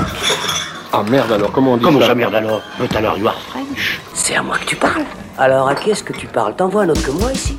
Ah merde alors, comment on dit Comment ça? ça merde alors? But alors you are French. C'est à moi que tu parles. Alors à qui est-ce que tu parles? T'en vois un autre que moi ici?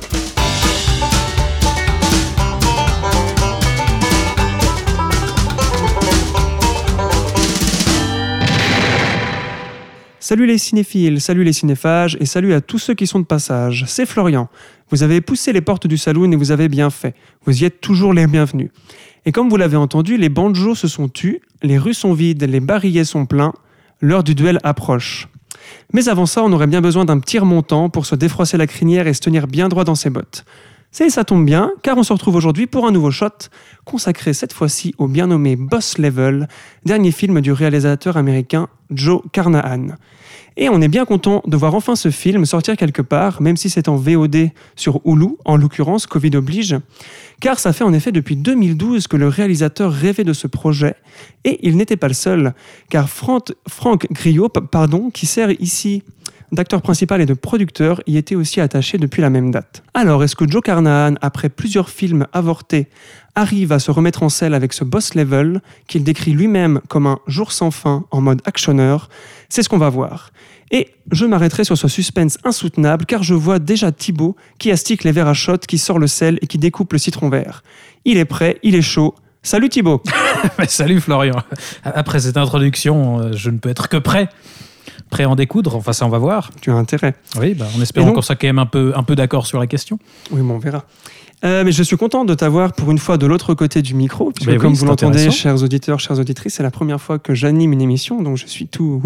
Salut les cinéphiles, salut les cinéphages et salut à tous ceux qui sont de passage. C'est Florian. Vous avez poussé les portes du saloon et vous avez bien fait. Vous y êtes toujours les bienvenus. Et comme vous l'avez entendu, les banjos se sont tus, les rues sont vides, les barillets sont pleins, l'heure du duel approche. Mais avant ça, on aurait bien besoin d'un petit remontant pour se défroisser la crinière et se tenir bien droit dans ses bottes. Ça tombe bien, car on se retrouve aujourd'hui pour un nouveau shot, consacré cette fois-ci au bien nommé Boss Level, dernier film du réalisateur américain Joe Carnahan. Et on est bien content de voir enfin ce film sortir quelque part, même si c'est en VOD sur Hulu, en l'occurrence, Covid oblige, car ça fait en effet depuis 2012 que le réalisateur rêvait de ce projet, et il n'était pas le seul, car Frank Grillo, qui sert ici d'acteur principal et de producteur, y était aussi attaché depuis la même date. Alors, est-ce que Joe Carnahan, après plusieurs films avortés, arrive à se remettre en selle avec ce Boss Level, qu'il décrit lui-même comme un jour sans fin en mode actionneur? C'est ce qu'on va voir. Et je m'arrêterai sur ce suspense insoutenable, car je vois déjà Thibaut qui astique les verres à shot, qui sort le sel et qui découpe le citron vert. Il est prêt, il est chaud. Salut Thibaut. Salut Florian. Après cette introduction, je ne peux être que prêt à en découdre, enfin ça on va voir. Tu as intérêt. Oui, en espérant qu'on soit quand même un peu d'accord sur la question. Oui, on verra. Mais je suis content de t'avoir pour une fois de l'autre côté du micro, puisque comme vous l'entendez, chers auditeurs, chères auditrices, c'est la première fois que j'anime une émission, donc je suis tout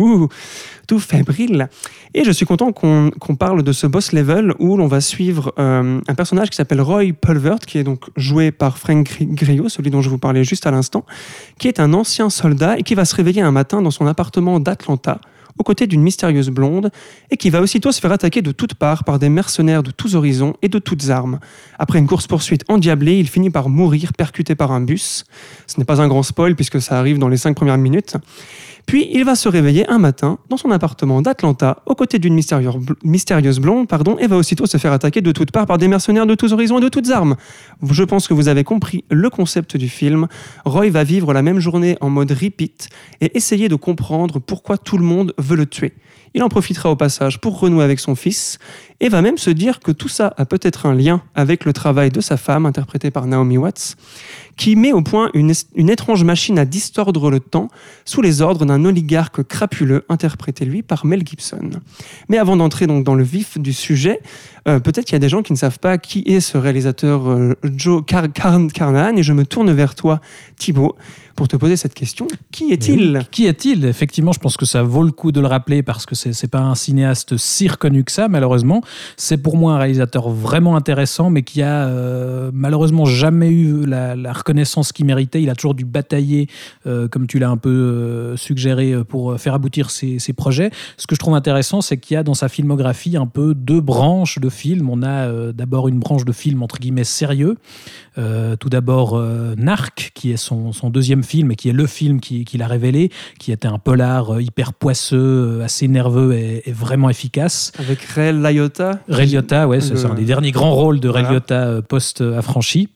fébrile. Et je suis content qu'on parle de ce Boss Level où l'on va suivre un personnage qui s'appelle Roy Pulvert, qui est donc joué par Frank Grillo, celui dont je vous parlais juste à l'instant, qui est un ancien soldat et qui va se réveiller un matin dans son appartement d'Atlanta, aux côtés d'une mystérieuse blonde, et qui va aussitôt se faire attaquer de toutes parts par des mercenaires de tous horizons et de toutes armes. Après une course-poursuite endiablée, il finit par mourir percuté par un bus. Ce n'est pas un grand spoil puisque ça arrive dans les 5 premières minutes. Puis il va se réveiller un matin dans son appartement d'Atlanta, aux côtés d'une mystérieuse blonde, et va aussitôt se faire attaquer de toutes parts par des mercenaires de tous horizons et de toutes armes. Je pense que vous avez compris le concept du film. Roy va vivre la même journée en mode repeat et essayer de comprendre pourquoi tout le monde veut le tuer. Il en profitera au passage pour renouer avec son fils et va même se dire que tout ça a peut-être un lien avec le travail de sa femme, interprétée par Naomi Watts, qui met au point une étrange machine à distordre le temps sous les ordres d'un oligarque crapuleux, interprété lui par Mel Gibson. Mais avant d'entrer donc dans le vif du sujet, peut-être qu'il y a des gens qui ne savent pas qui est ce réalisateur Joe Carnahan, et je me tourne vers toi, Thibaut, pour te poser cette question. Qui est-il ? Qui est-il ? Effectivement, je pense que ça vaut le coup de le rappeler parce que c'est pas un cinéaste si reconnu que ça, malheureusement. C'est pour moi un réalisateur vraiment intéressant, mais qui a malheureusement jamais eu la reconnaissance qu'il méritait. Il a toujours dû batailler, comme tu l'as un peu suggéré, pour faire aboutir ses projets. Ce que je trouve intéressant, c'est qu'il y a dans sa filmographie un peu deux branches de films. On a d'abord une branche de films entre guillemets sérieux. Tout d'abord Narc, qui est son deuxième film et qui est le film qu'il a révélé, qui était un polar hyper poisseux, assez nerveux et vraiment efficace. Avec Ray Liotta. Ray Liotta, ouais, c'est un des derniers grands rôles de Ray Liotta post-affranchi.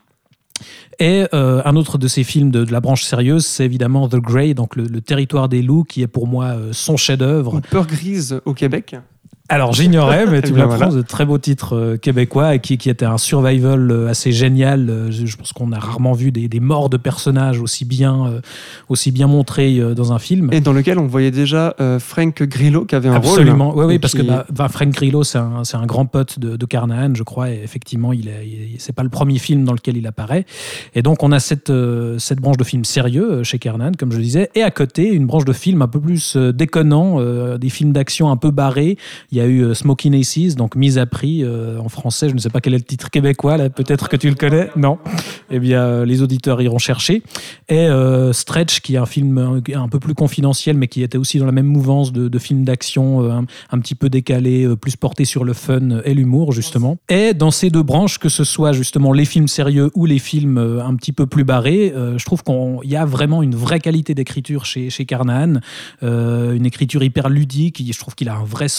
Et un autre de ces films de la branche sérieuse, c'est évidemment The Grey, donc le territoire des loups, qui est pour moi son chef-d'œuvre. Ou Peur grise au Québec. Alors j'ignorais, mais tu me l'apprends, voilà. de très beau titre québécois qui était un survival assez génial. Je pense qu'on a rarement vu des morts de personnages aussi bien montrés dans un film. Et dans lequel on voyait déjà Frank Grillo qui avait un rôle. Absolument, oui, parce que Frank Grillo, c'est un grand pote de Carnahan, je crois, et effectivement, c'est pas le premier film dans lequel il apparaît. Et donc on a cette branche de films sérieux chez Carnahan, comme je le disais, et à côté, une branche de films un peu plus déconnants, des films d'action un peu barrés. Il y a eu Smoking Aces, donc Mise à prix en français. Je ne sais pas quel est le titre québécois, là, peut-être que tu le connais. Non. Eh bien, les auditeurs iront chercher. Et Stretch, qui est un film un peu plus confidentiel, mais qui était aussi dans la même mouvance de films d'action un petit peu décalé, plus porté sur le fun et l'humour, justement. Et dans ces deux branches, que ce soit justement les films sérieux ou les films un petit peu plus barrés, je trouve qu'il y a vraiment une vraie qualité d'écriture chez Carnahan, une écriture hyper ludique. Je trouve qu'il a un vrai sens du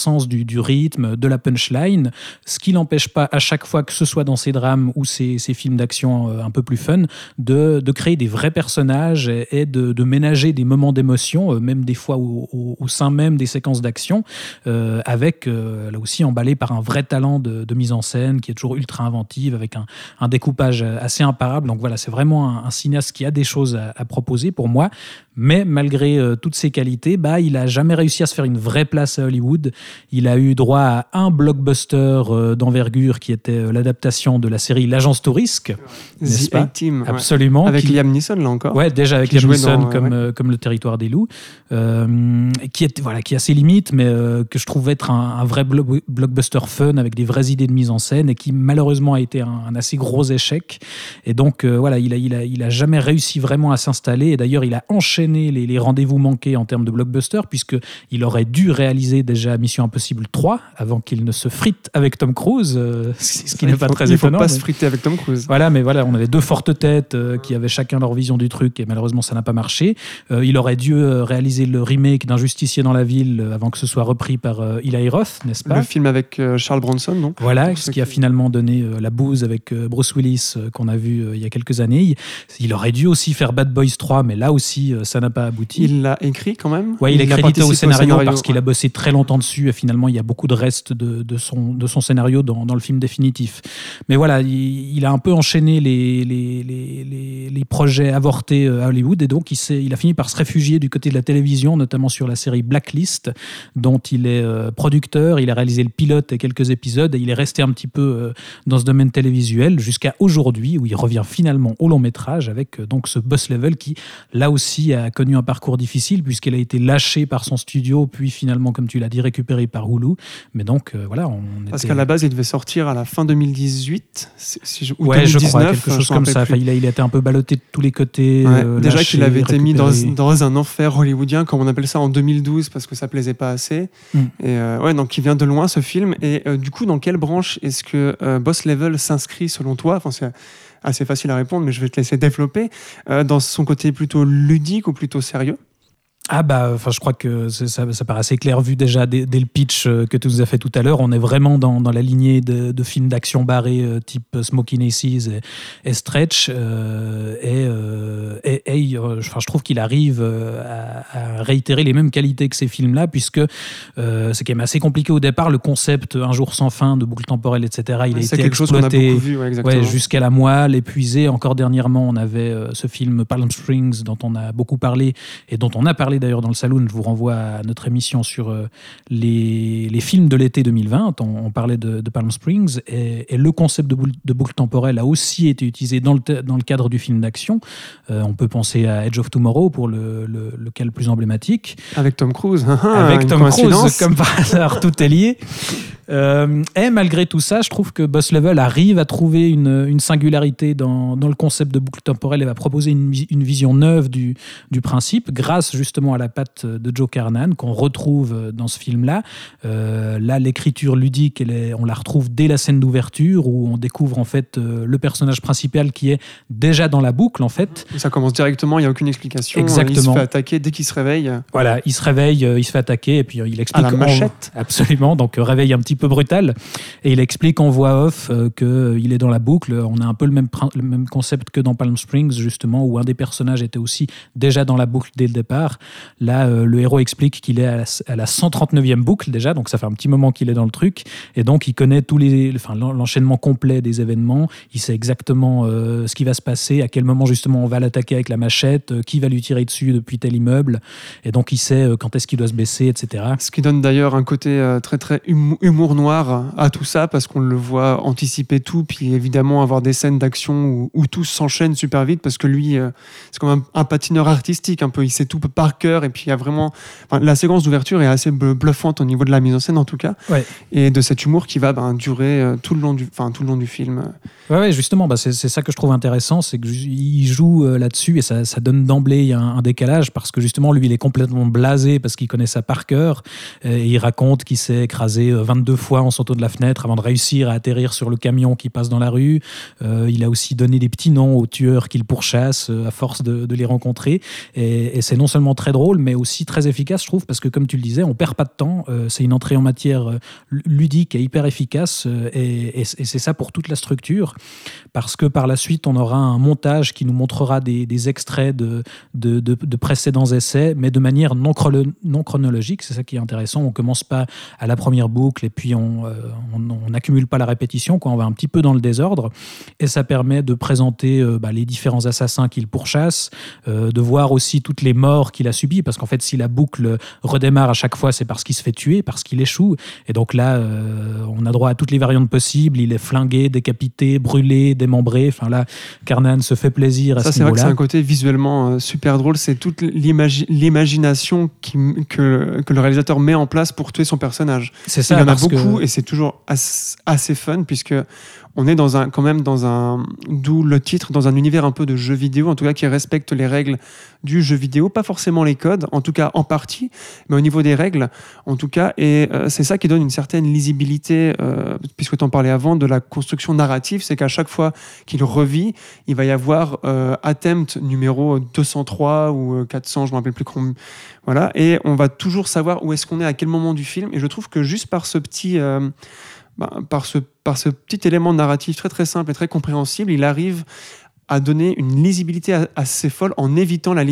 du rythme, de la punchline, ce qui n'empêche pas à chaque fois, que ce soit dans ses drames ou ses films d'action un peu plus fun, de créer des vrais personnages et de ménager des moments d'émotion, même des fois au sein même des séquences d'action, avec, là aussi, emballé par un vrai talent de mise en scène qui est toujours ultra inventive, avec un découpage assez imparable. Donc voilà, c'est vraiment un cinéaste qui a des choses à proposer pour moi, mais malgré toutes ses qualités, il n'a jamais réussi à se faire une vraie place à Hollywood. Il a eu droit à un blockbuster d'envergure qui était l'adaptation de la série L'Agence Tourisque, n'est-ce pas ? A-Team, absolument. Avec Liam Neeson, là encore. Ouais, déjà avec Liam Neeson comme Le Territoire des loups, qui a ses limites, mais que je trouve être un vrai blockbuster fun avec des vraies idées de mise en scène et qui malheureusement a été un assez gros échec. Et donc il a jamais réussi vraiment à s'installer. Et d'ailleurs, il a enchaîné les rendez-vous manqués en termes de blockbuster, puisqu'il aurait dû réaliser déjà Mission Impossible 3 avant qu'il ne se frite avec Tom Cruise, ce qui n'est pas très étonnant. Il ne faut pas se friter avec Tom Cruise. Voilà, mais voilà, on avait deux fortes têtes qui avaient chacun leur vision du truc et malheureusement ça n'a pas marché. Il aurait dû réaliser le remake d'Un justicier dans la ville avant que ce soit repris par Eli Roth, n'est-ce pas ? Le film avec Charles Bronson, donc. Voilà, ce qui a finalement donné la bouse avec Bruce Willis qu'on a vu il y a quelques années. Il aurait dû aussi faire Bad Boys 3, mais là aussi ça n'a pas abouti. Il l'a écrit quand même ? Ouais, il est crédité au scénario parce qu'il a bossé très longtemps dessus et finalement il y a beaucoup de restes de son scénario dans le film définitif. Mais voilà, il a un peu enchaîné les projets avortés à Hollywood et donc il a fini par se réfugier du côté de la télévision, notamment sur la série Blacklist, dont il est producteur. Il a réalisé le pilote et quelques épisodes et il est resté un petit peu dans ce domaine télévisuel jusqu'à aujourd'hui où il revient finalement au long métrage avec donc ce Boss Level qui là aussi a connu un parcours difficile puisqu'il a été lâché par son studio puis finalement, comme tu l'as dit, récupéré par Hulu. Mais donc voilà, parce qu'à la base il devait sortir à la fin 2018 ou 2019, je crois, quelque chose comme ça. Enfin, il a été un peu ballotté de tous les côtés. Déjà lâché, qu'il avait été mis récupéré. dans un enfer hollywoodien, comme on appelle ça, en 2012 parce que ça plaisait pas assez. Et donc il vient de loin ce film. Et du coup, dans quelle branche est-ce que Boss Level s'inscrit selon toi ? Enfin, c'est assez facile à répondre, mais je vais te laisser développer. Dans son côté plutôt ludique ou plutôt sérieux ? Je crois que ça paraît assez clair vu déjà dès le pitch que tu nous as fait tout à l'heure. On est vraiment dans la lignée de films d'action barrés type Smoking Aces et Stretch. Je trouve qu'il arrive à réitérer les mêmes qualités que ces films-là, puisque c'est quand même assez compliqué au départ. Le concept Un jour sans fin de boucle temporelle, etc., il a été quelque exploité chose qu'on a beaucoup vu, jusqu'à la moelle, épuisé. Encore dernièrement, on avait ce film Palm Springs dont on a beaucoup parlé et dont on a parlé d'ailleurs dans le Saloon. Je vous renvoie à notre émission sur les films de l'été 2020. On parlait de Palm Springs et le concept de boucle temporelle a aussi été utilisé dans le cadre du film d'action. On peut penser à Edge of Tomorrow pour le cas le plus emblématique. Avec Tom Cruise. Avec Tom Cruise, comme par hasard, tout est lié. Et malgré tout ça, je trouve que Boss Level arrive à trouver une singularité dans le concept de boucle temporelle et va proposer une vision neuve du principe grâce justement à la patte de Joe Carnahan qu'on retrouve dans ce film-là. Là, l'écriture ludique, on la retrouve dès la scène d'ouverture où on découvre en fait le personnage principal qui est déjà dans la boucle en fait. Ça commence directement, il n'y a aucune explication. Exactement. Il se fait attaquer dès qu'il se réveille. Voilà, il se réveille, il se fait attaquer et puis il explique... À la machette. Absolument, donc réveil un petit peu brutal. Et il explique en voix off qu'il est dans la boucle. On a un peu le même concept que dans Palm Springs justement, où un des personnages était aussi déjà dans la boucle dès le départ. Là, le héros explique qu'il est à la 139e boucle déjà, donc ça fait un petit moment qu'il est dans le truc, et donc il connaît l'enchaînement complet des événements, il sait exactement ce qui va se passer, à quel moment justement on va l'attaquer avec la machette, qui va lui tirer dessus depuis tel immeuble, et donc il sait quand est-ce qu'il doit se baisser, etc. Ce qui donne d'ailleurs un côté très très humour noir à tout ça, parce qu'on le voit anticiper tout, puis évidemment avoir des scènes d'action où tout s'enchaîne super vite, parce que lui, c'est comme un patineur artistique un peu, il sait tout par cœur, et puis il y a vraiment... la séquence d'ouverture est assez bluffante au niveau de la mise en scène en tout cas, ouais. Et de cet humour qui va durer tout le long du film. Ouais, justement, c'est ça que je trouve intéressant, c'est qu'il joue là-dessus, et ça donne d'emblée un décalage parce que justement, lui, il est complètement blasé parce qu'il connaît ça par cœur. Et il raconte qu'il s'est écrasé 22 fois en sautant de la fenêtre avant de réussir à atterrir sur le camion qui passe dans la rue. Il a aussi donné des petits noms aux tueurs qu'il pourchasse à force de les rencontrer. Et c'est non seulement très drôle, mais aussi très efficace, je trouve, parce que comme tu le disais, on perd pas de temps. C'est une entrée en matière ludique et hyper efficace. Et c'est ça pour toute la structure. Parce que par la suite, on aura un montage qui nous montrera des extraits de précédents essais, mais de manière non chronologique. C'est ça qui est intéressant. On commence pas à la première boucle et puis on n'accumule pas la répétition, quoi. On va un petit peu dans le désordre. Et ça permet de présenter les différents assassins qu'il pourchasse, de voir aussi toutes les morts qu'il a subies, parce qu'en fait, si la boucle redémarre à chaque fois, c'est parce qu'il se fait tuer, parce qu'il échoue. Et donc là, on a droit à toutes les variantes possibles. Il est flingué, décapité, brûlé, démembré. Enfin là, Carnahan se fait plaisir à ce niveau-là. Ça, c'est vrai que c'est un côté visuellement super drôle. C'est toute l'imagination que le réalisateur met en place pour tuer son personnage. C'est ça. Il y en a beaucoup et c'est toujours assez fun puisque on est quand même dans un, d'où le titre, dans un univers un peu de jeu vidéo, en tout cas qui respecte les règles du jeu vidéo, pas forcément les codes, en tout cas en partie, mais au niveau des règles, en tout cas, et c'est ça qui donne une certaine lisibilité, puisque tu en parlais avant, de la construction narrative, c'est qu'à chaque fois qu'il revit, il va y avoir attempt numéro 203 ou 400, je ne me rappelle plus combien, voilà, et on va toujours savoir où est-ce qu'on est, à quel moment du film, et je trouve que juste par ce petit... par ce petit élément narratif très très simple et très compréhensible, il arrive à donner une lisibilité assez folle en évitant la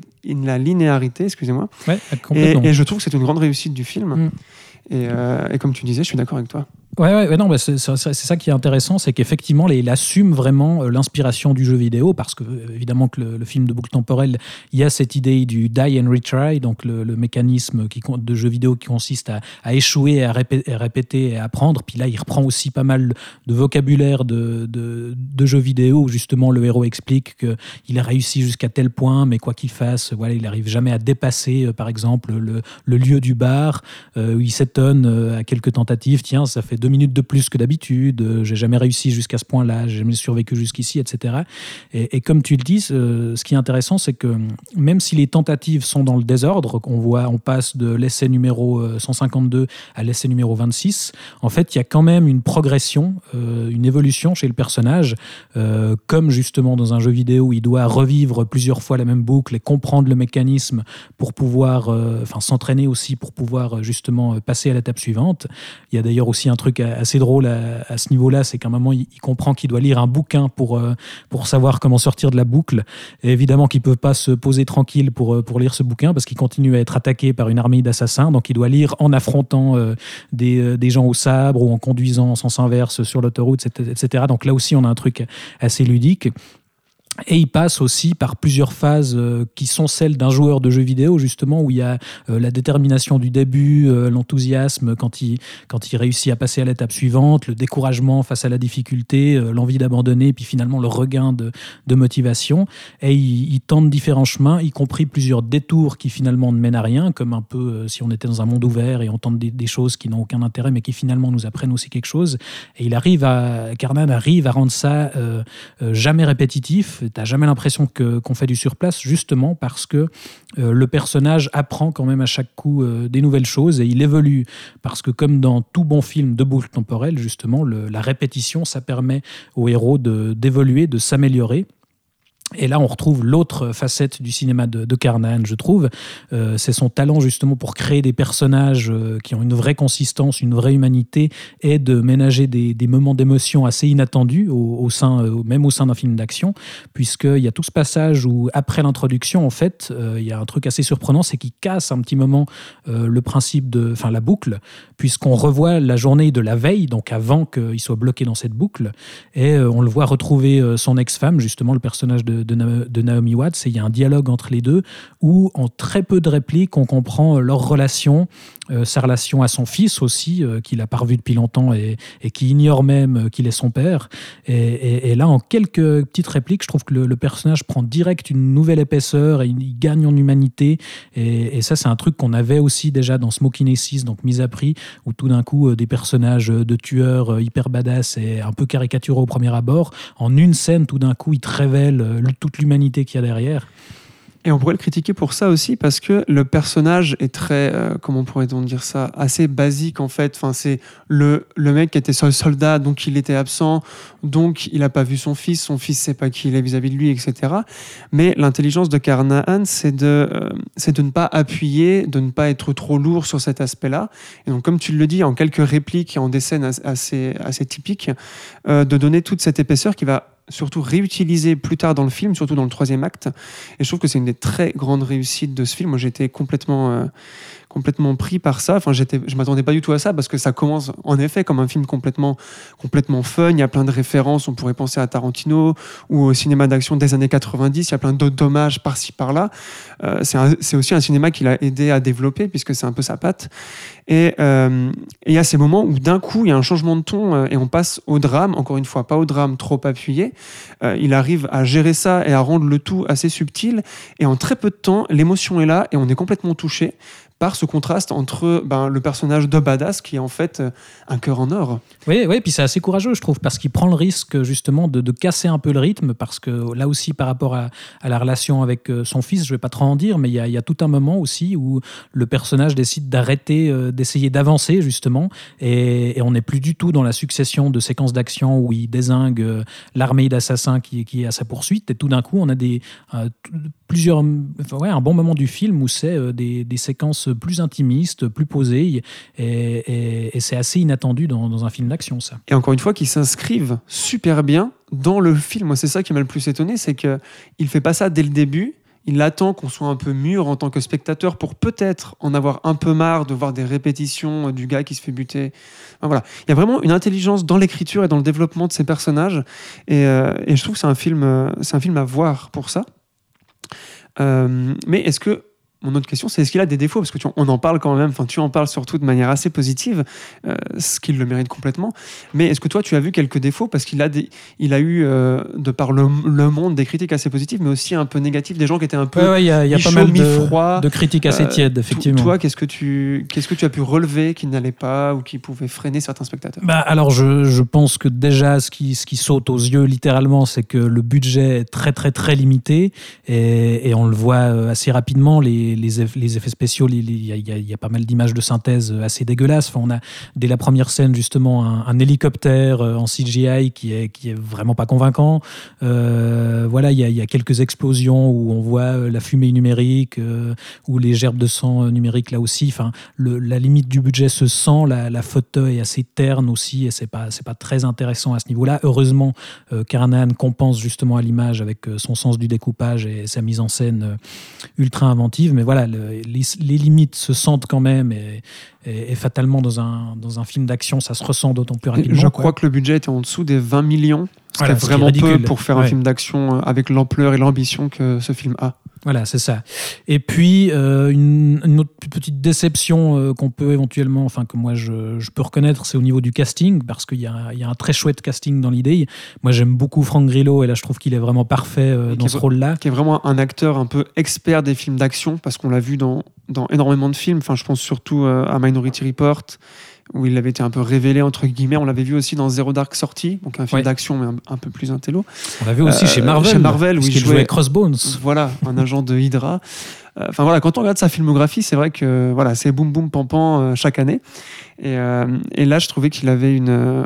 linéarité, excusez-moi. Ouais, et je trouve que c'est une grande réussite du film. Et comme tu disais, je suis d'accord avec toi. Ouais, non, c'est ça qui est intéressant, c'est qu'effectivement, il assume vraiment l'inspiration du jeu vidéo, parce que évidemment que le film de boucle temporelle, il y a cette idée du die and retry, donc le mécanisme de jeu vidéo qui consiste à échouer, à répéter et à apprendre. Puis là, il reprend aussi pas mal de vocabulaire de jeux vidéo, où justement le héros explique qu'il a réussi jusqu'à tel point, mais quoi qu'il fasse, voilà, il n'arrive jamais à dépasser, par exemple, le lieu du bar, où il s'étonne à quelques tentatives, tiens, ça fait 2 minutes de plus que d'habitude, j'ai jamais réussi jusqu'à ce point-là, j'ai jamais survécu jusqu'ici, etc. Et comme tu le dis, ce qui est intéressant, c'est que même si les tentatives sont dans le désordre, on passe de l'essai numéro 152 à l'essai numéro 26, en fait, il y a quand même une progression, une évolution chez le personnage, comme justement dans un jeu vidéo où il doit revivre plusieurs fois la même boucle et comprendre le mécanisme pour pouvoir, s'entraîner aussi pour pouvoir justement passer à l'étape suivante. Il y a d'ailleurs aussi un truc assez drôle à ce niveau-là, c'est qu'à un moment, il comprend qu'il doit lire un bouquin pour savoir comment sortir de la boucle. Et évidemment qu'il ne peut pas se poser tranquille pour lire ce bouquin, parce qu'il continue à être attaqué par une armée d'assassins. Donc il doit lire en affrontant des gens au sabre ou en conduisant en sens inverse sur l'autoroute, etc. Donc là aussi, on a un truc assez ludique. Et il passe aussi par plusieurs phases qui sont celles d'un joueur de jeux vidéo, justement, où il y a la détermination du début, l'enthousiasme quand il réussit à passer à l'étape suivante, le découragement face à la difficulté, l'envie d'abandonner, puis finalement le regain de motivation. Et il tente différents chemins, y compris plusieurs détours qui finalement ne mènent à rien, comme un peu si on était dans un monde ouvert et on tente des choses qui n'ont aucun intérêt, mais qui finalement nous apprennent aussi quelque chose. Et Carnahan arrive à rendre ça jamais répétitif. T'as jamais l'impression qu'on fait du surplace, justement parce que le personnage apprend quand même à chaque coup des nouvelles choses et il évolue. Parce que comme dans tout bon film de boucle temporelle, justement, la répétition, ça permet au héros d'évoluer, de s'améliorer. Et là, on retrouve l'autre facette du cinéma de Carnahan, je trouve. C'est son talent, justement, pour créer des personnages qui ont une vraie consistance, une vraie humanité, et de ménager des moments d'émotion assez inattendus, même au sein d'un film d'action, puisqu'il y a tout ce passage où, après l'introduction, en fait, il y a un truc assez surprenant, c'est qu'il casse un petit moment le principe la boucle, puisqu'on revoit la journée de la veille, donc avant qu'il soit bloqué dans cette boucle, et on le voit retrouver son ex-femme, justement, le personnage de Naomi Watts, et il y a un dialogue entre les deux où en très peu de répliques on comprend leur relation, sa relation à son fils aussi, qu'il n'a pas revu depuis longtemps et qui ignore même qu'il est son père, et là en quelques petites répliques je trouve que le personnage prend direct une nouvelle épaisseur et il gagne en humanité, et ça c'est un truc qu'on avait aussi déjà dans Smoking Aces, donc Mise à Prix, où tout d'un coup des personnages de tueurs hyper badass et un peu caricaturaux au premier abord, en une scène tout d'un coup ils te révèlent toute l'humanité qu'il y a derrière. Et on pourrait le critiquer pour ça aussi, parce que le personnage est très, comment pourrait-on dire ça, assez basique en fait. Enfin, c'est le mec qui était soldat, donc il était absent, donc il n'a pas vu son fils sait pas qui il est vis-à-vis de lui, etc. Mais l'intelligence de Carnahan, c'est de ne pas appuyer, de ne pas être trop lourd sur cet aspect-là. Et donc, comme tu le dis, en quelques répliques et en des scènes assez typiques, de donner toute cette épaisseur qui va surtout réutilisé plus tard dans le film, surtout dans le 3e acte. Et je trouve que c'est une des très grandes réussites de ce film. Moi, j'étais complètement pris par ça. Enfin, je m'attendais pas du tout à ça, parce que ça commence en effet comme un film complètement fun. Il y a plein de références. On pourrait penser à Tarantino ou au cinéma d'action des années 90. Il y a plein d'autres dommages par-ci par-là. C'est aussi un cinéma qu'il a aidé à développer, puisque c'est un peu sa patte. Et il y a ces moments où d'un coup il y a un changement de ton et on passe au drame, encore une fois pas au drame trop appuyé. Il arrive à gérer ça et à rendre le tout assez subtil, et en très peu de temps l'émotion est là et on est complètement touché par ce contraste entre le personnage de badass qui est en fait un cœur en or. Oui, puis c'est assez courageux, je trouve, parce qu'il prend le risque justement de casser un peu le rythme, parce que là aussi, par rapport à la relation avec son fils, je ne vais pas trop en dire, mais il y a tout un moment aussi où le personnage décide d'arrêter, d'essayer d'avancer justement, et on n'est plus du tout dans la succession de séquences d'action où il dézingue l'armée d'assassins qui est à sa poursuite, et tout d'un coup, on a un bon moment du film où c'est des séquences plus intimistes, plus posées, et c'est assez inattendu dans un film d'action, ça. Et encore une fois, qui s'inscrivent super bien dans le film. Moi, c'est ça qui m'a le plus étonné, c'est qu'il ne fait pas ça dès le début. Il attend qu'on soit un peu mûr en tant que spectateur pour peut-être en avoir un peu marre de voir des répétitions du gars qui se fait buter. Enfin, voilà. Il y a vraiment une intelligence dans l'écriture et dans le développement de ces personnages. Et je trouve que c'est un film à voir pour ça. Mais est-ce que, mon autre question, c'est est-ce qu'il a des défauts ? Parce que on en parle quand même, enfin tu en parles surtout de manière assez positive, ce qu'il le mérite complètement. Mais est-ce que toi tu as vu quelques défauts ? Parce qu'il a eu, de par le monde, des critiques assez positives, mais aussi un peu négatives, des gens qui étaient un peu il y a pas mal mi-froid, de critiques assez tièdes, effectivement. Toi, qu'est-ce que tu as pu relever qui n'allait pas ou qui pouvait freiner certains spectateurs ? Alors je pense que déjà ce qui saute aux yeux littéralement, c'est que le budget est très très très limité, et on le voit assez rapidement. Les effets spéciaux, il y a pas mal d'images de synthèse assez dégueulasses. Enfin, on a dès la première scène justement un hélicoptère en CGI qui est vraiment pas convaincant. Il y a quelques explosions où on voit la fumée numérique ou les gerbes de sang numériques là aussi. Enfin, la limite du budget se sent. La photo est assez terne aussi, et c'est pas très intéressant à ce niveau-là. Heureusement, Carnahan compense justement à l'image avec son sens du découpage et sa mise en scène ultra inventive. Mais voilà, les limites se sentent quand même, et fatalement dans un film d'action, ça se ressent d'autant plus rapidement. Je crois que le budget était en dessous des 20 millions. C'était vraiment peu pour faire un film d'action avec l'ampleur et l'ambition que ce film a. Voilà, c'est ça. Et puis, une autre petite déception qu'on peut éventuellement, enfin que moi je peux reconnaître, c'est au niveau du casting, parce qu'il y a un très chouette casting dans l'idée. Moi, j'aime beaucoup Frank Grillo, et là, je trouve qu'il est vraiment parfait dans ce rôle-là. Qui est vraiment un acteur un peu expert des films d'action, parce qu'on l'a vu dans énormément de films. Enfin, je pense surtout à Minority Report, où il avait été un peu révélé, entre guillemets. On l'avait vu aussi dans Zero Dark Thirty, donc un film d'action, mais un peu plus intello. On l'a vu aussi chez Marvel, où il jouait Crossbones. Voilà, un agent de Hydra. Enfin voilà, quand on regarde sa filmographie, c'est vrai que voilà, c'est boum boum pam pam chaque année. Et là, je trouvais qu'il avait une...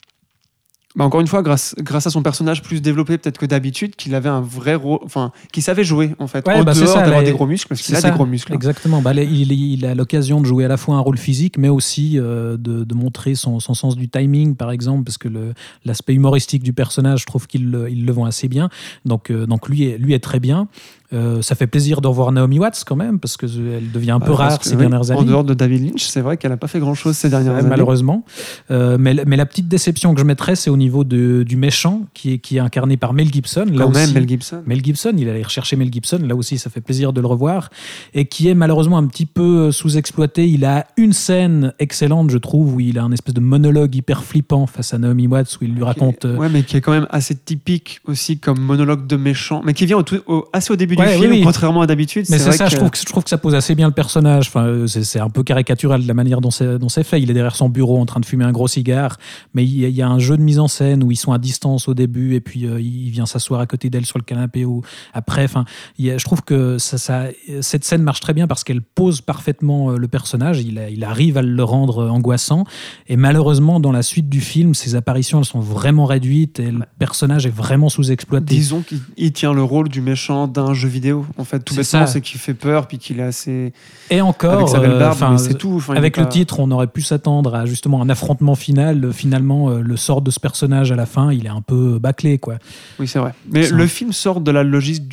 encore une fois, grâce à son personnage plus développé peut-être que d'habitude, qu'il avait un vrai rôle, enfin, qu'il savait jouer en fait, en dehors d'avoir des gros muscles, parce qu'il a des gros muscles. Exactement. Il a l'occasion de jouer à la fois un rôle physique, mais aussi de montrer son sens du timing, par exemple, parce que l'aspect humoristique du personnage, je trouve qu'il le vend assez bien. Donc lui est très bien. Ça fait plaisir de revoir Naomi Watts quand même, parce qu'elle devient un peu rare ces dernières années. En dehors de David Lynch, c'est vrai qu'elle n'a pas fait grand-chose ces dernières années. Malheureusement. Mais la petite déception que je mettrais, c'est au niveau du méchant qui est incarné par Mel Gibson. Mel Gibson, il allait rechercher Mel Gibson. Là aussi, ça fait plaisir de le revoir. Et qui est malheureusement un petit peu sous-exploité. Il a une scène excellente, je trouve, où il a un espèce de monologue hyper flippant face à Naomi Watts, où il lui raconte... mais qui est quand même assez typique aussi comme monologue de méchant, mais qui vient assez au début du film, contrairement à d'habitude. Mais c'est ça, je trouve que ça pose assez bien le personnage. Enfin, c'est un peu caricatural de la manière dont c'est fait. Il est derrière son bureau en train de fumer un gros cigare, mais il y a un jeu de mise en scène où ils sont à distance au début et puis il vient s'asseoir à côté d'elle sur le canapé ou après. Enfin, je trouve que cette scène marche très bien parce qu'elle pose parfaitement le personnage. Il arrive à le rendre angoissant et malheureusement dans la suite du film, ses apparitions elles sont vraiment réduites et le personnage est vraiment sous-exploité. Disons qu'il tient le rôle du méchant d'un jeu vidéo. En fait, tout bêtement, c'est qu'il fait peur puis qu'il est assez. Et encore, avec sa belle barbe, mais c'est tout. Enfin, avec le titre, on aurait pu s'attendre à justement un affrontement final. Finalement, le sort de ce personnage à la fin, il est un peu bâclé, quoi. Oui, c'est vrai. Mais le film sort de la logique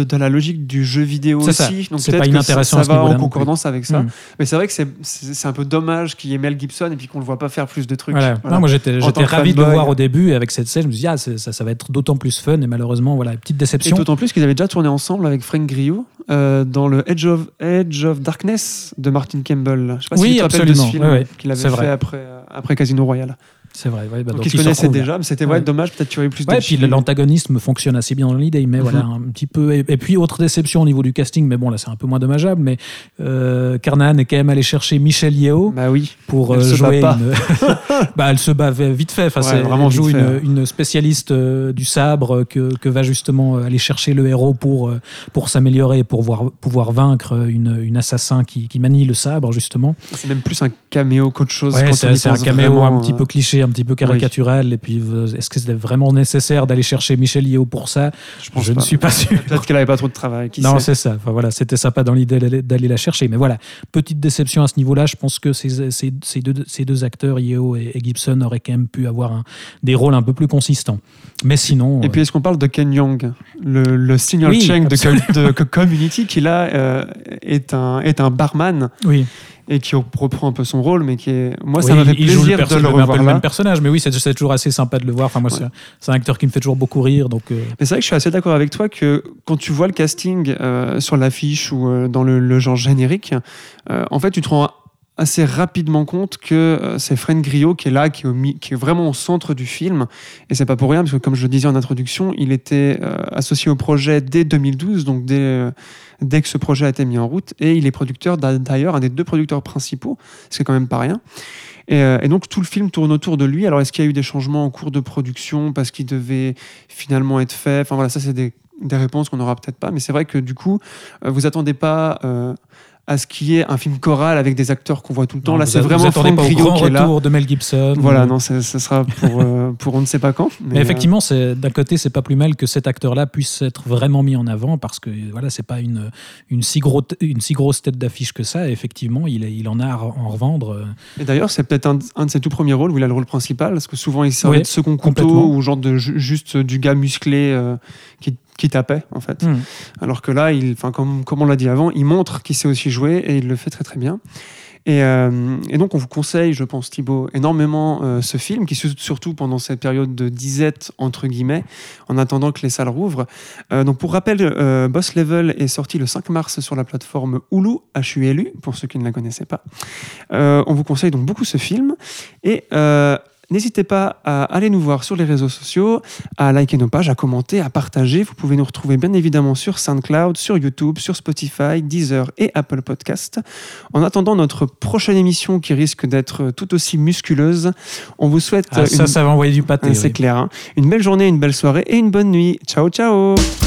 du jeu vidéo c'est aussi. Ça. Donc c'est peut-être pas inintéressant que ça va en concordance avec ça. Mais c'est vrai que c'est un peu dommage qu'il y ait Mel Gibson et puis qu'on le voit pas faire plus de trucs. Voilà. Non, moi j'étais ravi de le voir au début et avec cette scène, je me suis dit ça va être d'autant plus fun et malheureusement voilà, petite déception. Et d'autant plus qu'ils avaient déjà tourné ensemble avec Frank Grillo dans le Edge of Darkness de Martin Campbell. Je sais pas si tu te rappelles de ce film qu'il avait fait après Casino Royale. C'est vrai. Donc ils se connaissaient déjà, mais c'était dommage, peut-être qu'il y aurait plus de. Et puis l'antagonisme fonctionne assez bien dans l'idée, mais voilà, un petit peu. Et puis autre déception au niveau du casting, mais bon là c'est un peu moins dommageable, mais Carnahan est quand même allé chercher Michelle Yeoh pour jouer elle se bat vite fait. Enfin, elle joue une spécialiste du sabre que va justement aller chercher le héros pour s'améliorer, pour pouvoir vaincre une assassin qui manie le sabre justement. C'est même plus un caméo qu'autre chose. C'est un caméo un petit peu cliché, un petit peu caricatural. Et puis est-ce que c'était vraiment nécessaire d'aller chercher Michelle Yeoh pour ça? Je ne suis pas sûr. Peut-être qu'elle n'avait pas trop de travail. Non, c'est ça. Enfin, voilà, c'était sympa dans l'idée d'aller la chercher. Mais voilà, petite déception à ce niveau-là. Je pense que ces deux acteurs, Yeoh et Gibson, auraient quand même pu avoir des rôles un peu plus consistants. Mais sinon. Et puis est-ce qu'on parle de Ken Jeong, le senior Cheng de Community, qui là est un barman. Oui. Et qui reprend un peu son rôle, mais qui est... Moi, ça m'a fait plaisir de le revoir un peu là. le même personnage, mais oui, c'est toujours assez sympa de le voir. Enfin, moi, c'est un acteur qui me fait toujours beaucoup rire. Donc, Mais c'est vrai que je suis assez d'accord avec toi que quand tu vois le casting sur l'affiche ou dans le genre générique, en fait, tu te rends assez rapidement compte que c'est Frank Grillo qui est là, qui est vraiment au centre du film. Et c'est pas pour rien, parce que comme je le disais en introduction, il était associé au projet dès 2012, donc dès que ce projet a été mis en route. Et il est producteur, d'ailleurs, un des 2 producteurs principaux, ce qui est quand même pas rien. Et donc tout le film tourne autour de lui. Alors est-ce qu'il y a eu des changements en cours de production parce qu'il devait finalement être fait? Enfin voilà, ça c'est des réponses qu'on n'aura peut-être pas. Mais c'est vrai que du coup, vous attendez pas... à ce qu'il y ait un film choral avec des acteurs qu'on voit tout le temps. Là, c'est vraiment Frank Grillo qui est là. Retour de Mel Gibson. Voilà, non, ça sera pour on ne sait pas quand. Mais effectivement, d'un côté, c'est pas plus mal que cet acteur-là puisse être vraiment mis en avant parce que voilà, c'est pas une si grosse tête d'affiche que ça. Et effectivement, il en a à en revendre. Et d'ailleurs, c'est peut-être un de ses tout premiers rôles où il a le rôle principal, parce que souvent il sort de second couteau ou genre juste du gars musclé qui tapait en fait. Alors que là, comme on l'a dit avant, il montre qu'il sait aussi jouer et il le fait très très bien. Et donc on vous conseille, je pense Thibaut, énormément ce film, qui surtout pendant cette période de disette entre guillemets, en attendant que les salles rouvrent. Donc pour rappel, Boss Level est sorti le 5 mars sur la plateforme Hulu, HULU, pour ceux qui ne la connaissaient pas. On vous conseille donc beaucoup ce film. Et n'hésitez pas à aller nous voir sur les réseaux sociaux, à liker nos pages, à commenter, à partager. Vous pouvez nous retrouver bien évidemment sur SoundCloud, sur YouTube, sur Spotify, Deezer et Apple Podcast. En attendant notre prochaine émission qui risque d'être tout aussi musculeuse, on vous souhaite... ça va envoyer du pâté. C'est clair. Une belle journée, une belle soirée et une bonne nuit. Ciao, ciao.